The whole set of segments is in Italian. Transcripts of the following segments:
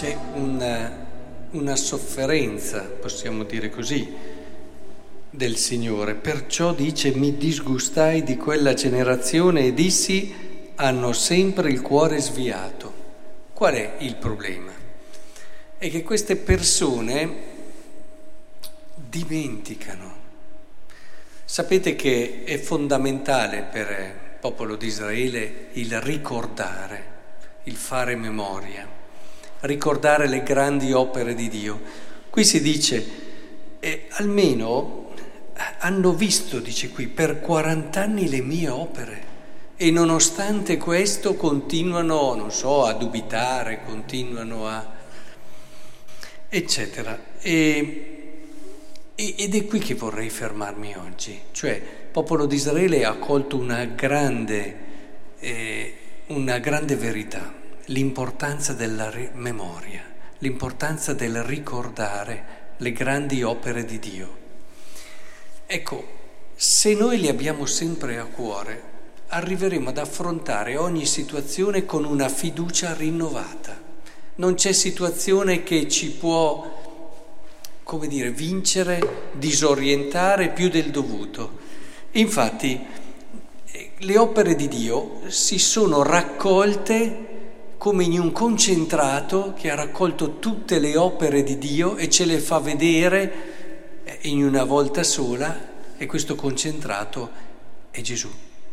c'è una sofferenza, possiamo dire così, del Signore. Perciò dice: mi disgustai di quella generazione e dissi: hanno sempre il cuore sviato. Qual è il problema? È che queste persone dimenticano. Sapete che è fondamentale per il popolo di Israele il ricordare, il fare memoria, ricordare le grandi opere di Dio. Qui si dice, almeno hanno visto, dice qui, per 40 anni le mie opere e nonostante questo continuano, non so, a dubitare, continuano a... eccetera. Ed è qui che vorrei fermarmi oggi, cioè il popolo di Israele ha colto una grande verità, l'importanza della memoria, l'importanza del ricordare le grandi opere di Dio. Ecco, se noi li abbiamo sempre a cuore, arriveremo ad affrontare ogni situazione con una fiducia rinnovata. Non c'è situazione che ci può, come dire, vincere, disorientare più del dovuto. Infatti, le opere di Dio si sono raccolte come in un concentrato che ha raccolto tutte le opere di Dio e ce le fa vedere in una volta sola, e questo concentrato è Gesù.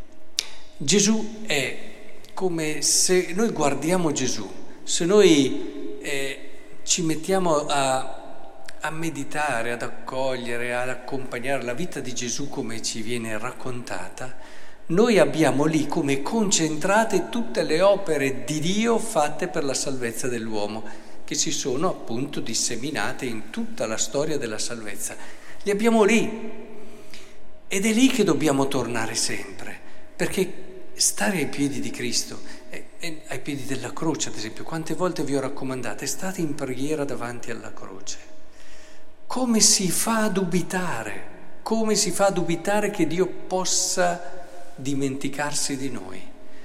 Gesù è come se noi guardiamo Gesù, se noi ci mettiamo a meditare, ad accogliere, ad accompagnare la vita di Gesù come ci viene raccontata, noi abbiamo lì come concentrate tutte le opere di Dio fatte per la salvezza dell'uomo, che si sono appunto disseminate in tutta la storia della salvezza. Li abbiamo lì ed è lì che dobbiamo tornare sempre, perché stare ai piedi di Cristo, ai piedi della croce ad esempio, quante volte vi ho raccomandate, state in preghiera davanti alla croce. Come si fa a dubitare? Come si fa a dubitare che Dio possa dimenticarsi di noi?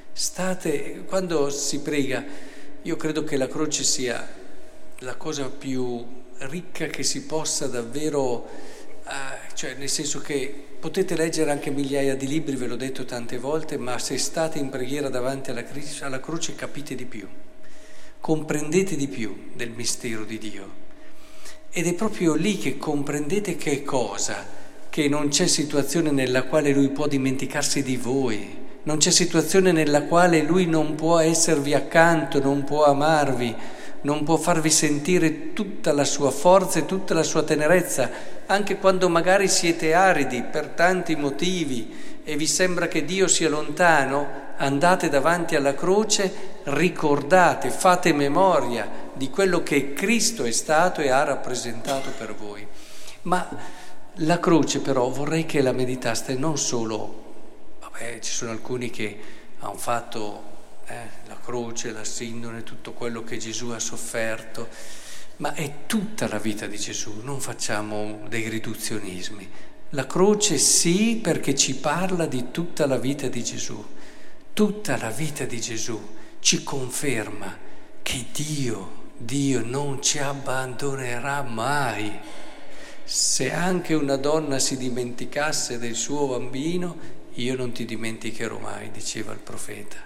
Quando si prega, io credo che la croce sia la cosa più ricca che si possa davvero, cioè nel senso che potete leggere anche migliaia di libri, ve l'ho detto tante volte, ma se state in preghiera davanti alla croce capite di più, comprendete di più del mistero di Dio. Ed è proprio lì che comprendete che cosa? Che non c'è situazione nella quale Lui può dimenticarsi di voi, non c'è situazione nella quale Lui non può esservi accanto, non può amarvi, non può farvi sentire tutta la sua forza e tutta la sua tenerezza, anche quando magari siete aridi per tanti motivi e vi sembra che Dio sia lontano. Andate davanti alla croce, ricordate, fate memoria di quello che Cristo è stato e ha rappresentato per voi. Ma la croce però vorrei che la meditaste non solo, ci sono alcuni che hanno fatto la croce, la sindone, tutto quello che Gesù ha sofferto, ma è tutta la vita di Gesù, non facciamo dei riduzionismi. La croce sì, perché ci parla di tutta la vita di Gesù. Tutta la vita di Gesù ci conferma che Dio non ci abbandonerà mai. Se anche una donna si dimenticasse del suo bambino, io non ti dimenticherò mai, diceva il profeta.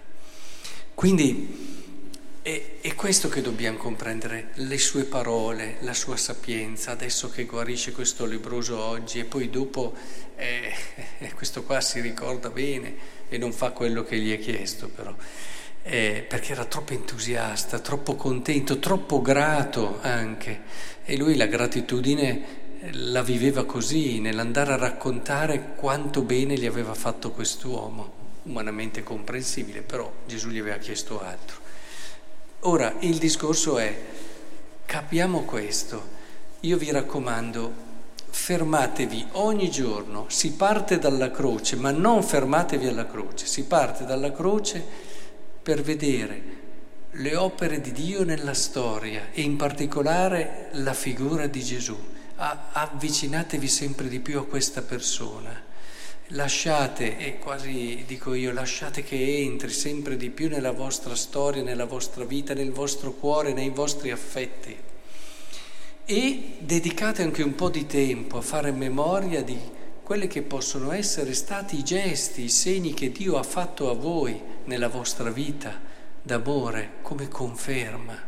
Quindi è questo che dobbiamo comprendere, le sue parole, la sua sapienza, adesso che guarisce questo lebbroso oggi e poi dopo questo qua si ricorda bene e non fa quello che gli è chiesto però, perché era troppo entusiasta, troppo contento, troppo grato anche, e lui la gratitudine la viveva così, nell'andare a raccontare quanto bene gli aveva fatto quest'uomo, umanamente comprensibile, però Gesù gli aveva chiesto altro. Ora, il discorso è, capiamo questo, io vi raccomando, fermatevi ogni giorno, si parte dalla croce, ma non fermatevi alla croce, si parte dalla croce per vedere le opere di Dio nella storia e in particolare la figura di Gesù. Avvicinatevi sempre di più a questa persona lasciate, e quasi dico io, lasciate che entri sempre di più nella vostra storia, nella vostra vita, nel vostro cuore, nei vostri affetti. E dedicate anche un po' di tempo a fare memoria di quelli che possono essere stati i gesti, i segni che Dio ha fatto a voi nella vostra vita d'amore, come conferma.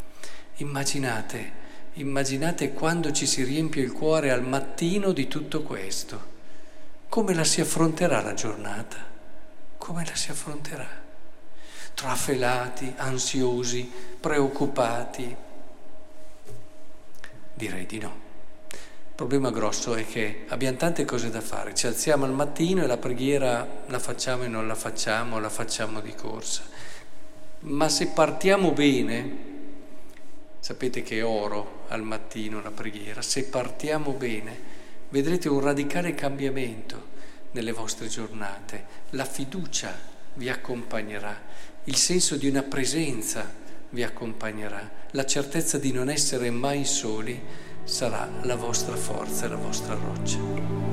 Immaginate quando ci si riempie il cuore al mattino di tutto questo. Come la si affronterà la giornata? Come la si affronterà? Trafelati, ansiosi, preoccupati? Direi di no. Il problema grosso è che abbiamo tante cose da fare, ci alziamo al mattino e la preghiera la facciamo e non la facciamo di corsa. Ma se partiamo bene, sapete che è oro al mattino la preghiera, se partiamo bene vedrete un radicale cambiamento nelle vostre giornate, la fiducia vi accompagnerà, il senso di una presenza vi accompagnerà, la certezza di non essere mai soli sarà la vostra forza e la vostra roccia.